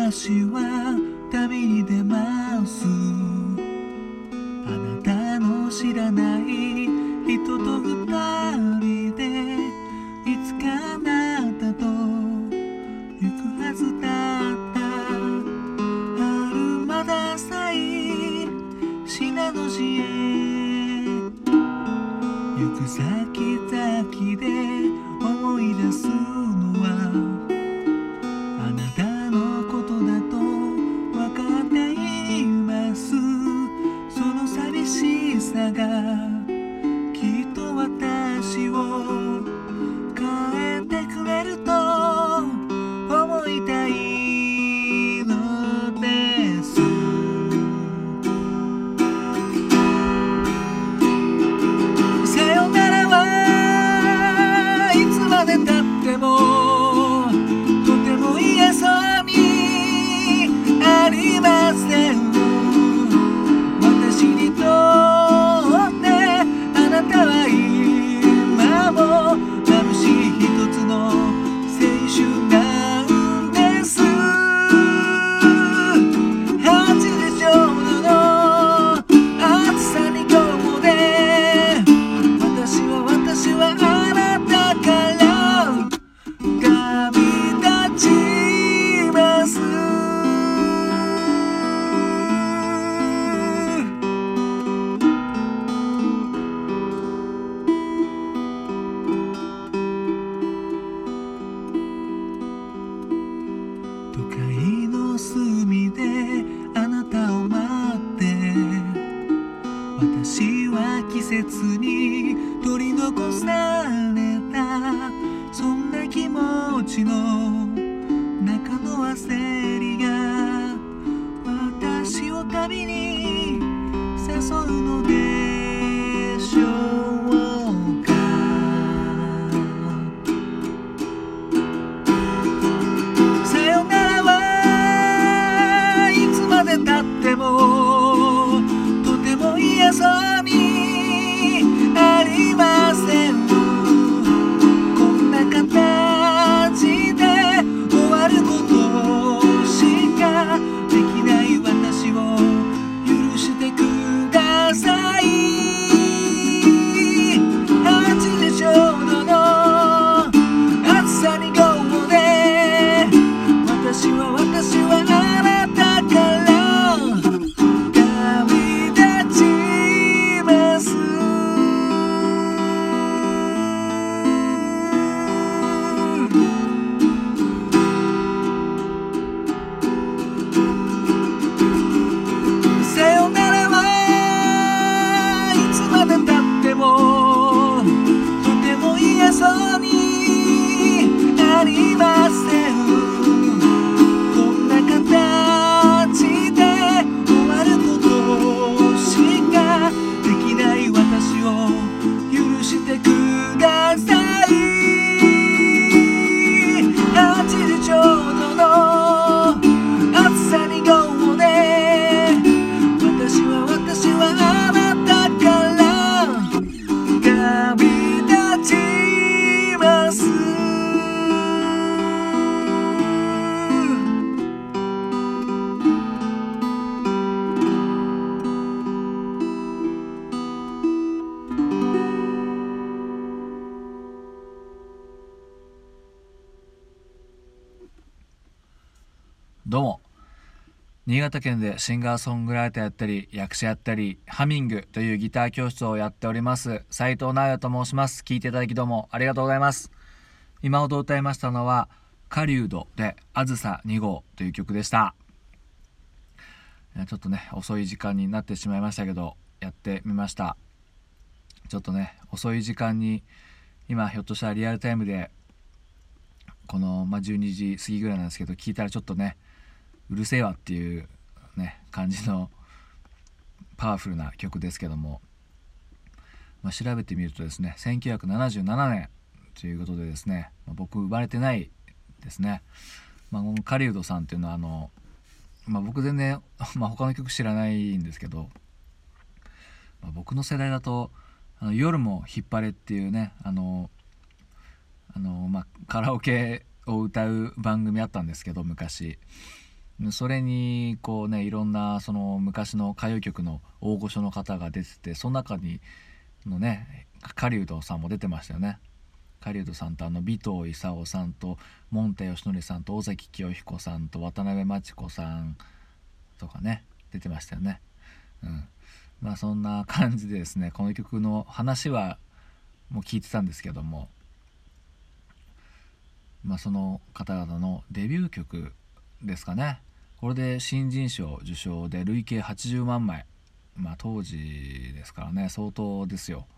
私は旅に出ます。あなたの知らない人と二人でいつかあなたと行くはずだった。春まだ浅い信濃路へ行く先々で思い出すのはあなたのことだと分かっています。その寂しさがきっと私を変えてくれると思いたいのです。さよならはいつまでたってもとても言えそうにありません。私にとってあなたは今も眩しい一つの青春なんです。80度の暑さに今日で私はあなたから旅立ちます。都会の隅であなたを待って私は季節に取り残された。そんな気持ちの中の焦りが私を旅に誘うのでしょうか。さよならはいつまでたってもとても言えそうにありません。こんな形で終わることしかできない私を許してください。80度の暑さに今日で私はあなたから旅立ちます。さよならはいつまでたってもとても言えそうにありません。こんな形で終わることしかできない私を許してください。80ちょうどの暑さに今日で私はあなたから旅立ちます。 どうも、新潟県でシンガーソングライターやったり役者やったりハミングというギター教室をやっております斉藤直也と申します。聞いていただきどうもありがとうございます。今ほど歌いましたのは狩人であずさ2号という曲でした。ちょっとね遅い時間になってしまいましたけどやってみました。ちょっとね遅い時間に今ひょっとしたらリアルタイムでこの、12時過ぎぐらいなんですけど聞いたらちょっとねうるせえわっていうね感じのパワフルな曲ですけども、調べてみるとですね1977年ということでですね、僕生まれてないですね。この狩人さんっていうのは僕全然、他の曲知らないんですけど、僕の世代だと夜も引っ張れっていうねカラオケを歌う番組あったんですけど昔それにこうね、いろんなその昔の歌謡曲の大御所の方が出てて、その中にのね狩人さんも出てましたよね。狩人さんと尾藤勲さんともんたよしのりさんと尾崎清彦さんと渡辺真知子さんとかね出てましたよね。まあそんな感じでですね、この曲の話はもう聞いてたんですけども、その方々のデビュー曲ですかね。これで新人賞受賞で累計80万枚、当時ですからね、相当ですよ。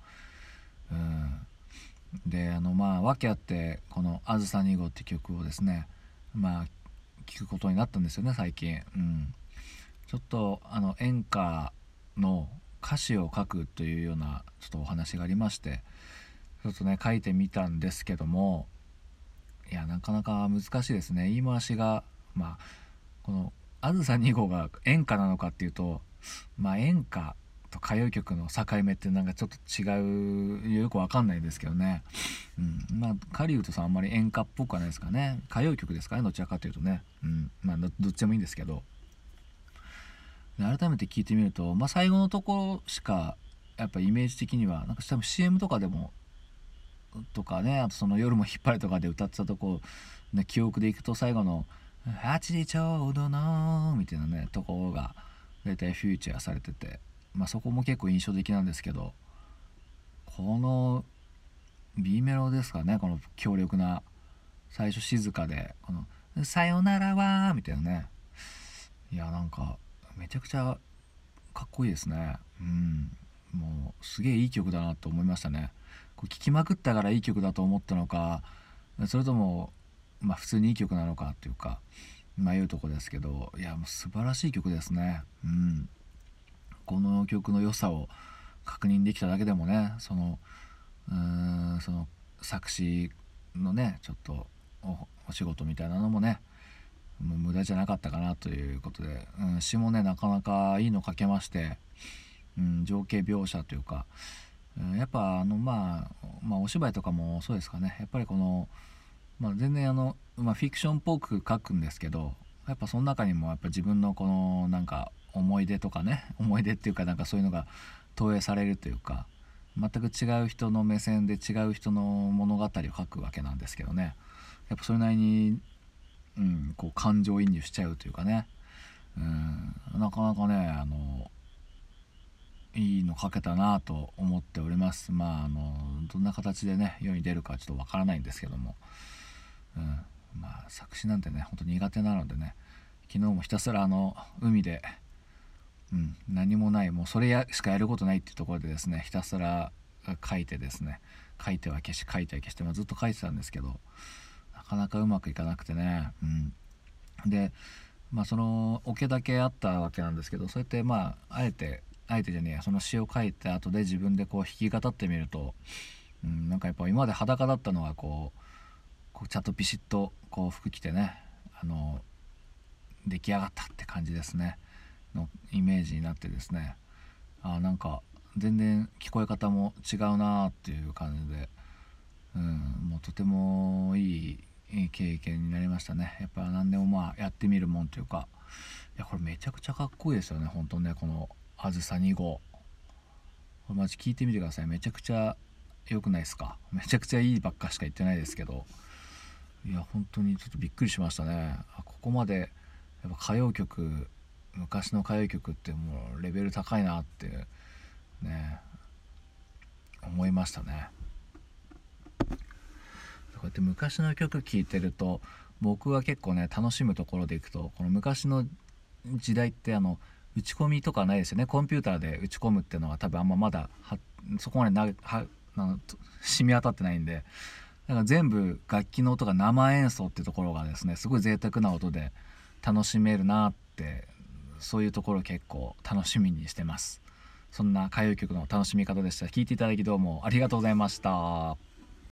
で訳あってこの「あずさ2号」って曲をですね聞くことになったんですよね最近。ちょっと演歌の歌詞を書くというようなちょっとお話がありまして、ちょっとね書いてみたんですけども、いやなかなか難しいですね。言い回しがこの「あずさ2号」が演歌なのかっていうと、演歌と歌謡曲の境目ってなんかちょっと違う、よくわかんないですけどね。狩人さんあんまり演歌っぽくはないですかね。歌謡曲ですかね、どちらかというとね。どっちでもいいんですけど、改めて聞いてみると、最後のところしかやっぱイメージ的にはなんか多分 CM とかでもとかね、あとその夜も引っ張れとかで歌ってたとこね、記憶でいくと最後の8時ちょうどのみたいなねところが大体フューチャーされてて、そこも結構印象的なんですけど、この B メロですかね、この強力な最初静かでこのさよならはみたいなね、いやなんかめちゃくちゃかっこいいですね。もうすげえいい曲だなと思いましたね。こう聴きまくったからいい曲だと思ったのか、それとも普通にいい曲なのかっていうかいうとこですけど、いやもう素晴らしい曲ですね。この曲の良さを確認できただけでもね、その作詞のねちょっとお仕事みたいなのもねもう無駄じゃなかったかなということで、詩もねなかなかいいの書けまして、情景描写というか、やっぱお芝居とかもそうですかね。やっぱりこの、全然フィクションっぽく書くんですけど、やっぱその中にもやっぱ自分のこのなんか思い出とかね、思い出っていうかなんかそういうのが投影されるというか、全く違う人の目線で違う人の物語を書くわけなんですけどね、やっぱそれなりに、こう感情移入しちゃうというかね、なかなかねいいの書けたなと思っております。どんな形でね世に出るかちょっとわからないんですけども、作詞なんてね本当に苦手なのでね、昨日もひたすら海で、何もない、もうそれしかやることないっていうところでですね、ひたすら書いてですね、書いては消し書いては消して、ずっと書いてたんですけど、なかなかうまくいかなくてね。でそのオケだけあったわけなんですけど、そうやってあえてじゃねえや、その詩を書いた後で自分でこう弾き語ってみると、なんかやっぱ今まで裸だったのがこうちゃんとビシッとこう服着てね出来上がったって感じですねのイメージになってですね、なんか全然聞こえ方も違うなっていう感じで、もうとてもいい経験になりましたね。やっぱ何でもやってみるもんというか、いやこれめちゃくちゃかっこいいですよね本当ね。このあずさ2号、これマジ聞いてみてください。めちゃくちゃ良くないですか。めちゃくちゃいいばっかしか言ってないですけど、いや本当にちょっとびっくりしましたね。ここまでやっぱ歌謡曲、昔の歌謡曲ってもうレベル高いなってね思いましたね。こうやって昔の曲聴いてると僕は結構ね楽しむところでいくと、この昔の時代って打ち込みとかないですよね。コンピューターで打ち込むっていうのは多分あんままだそこまで染み渡ってないんで、だから全部楽器の音が生演奏っていうところがですねすごい贅沢な音で楽しめるなって、そういうところを結構楽しみにしてます。そんな歌謡曲の楽しみ方でした。聴いていただきどうもありがとうございました。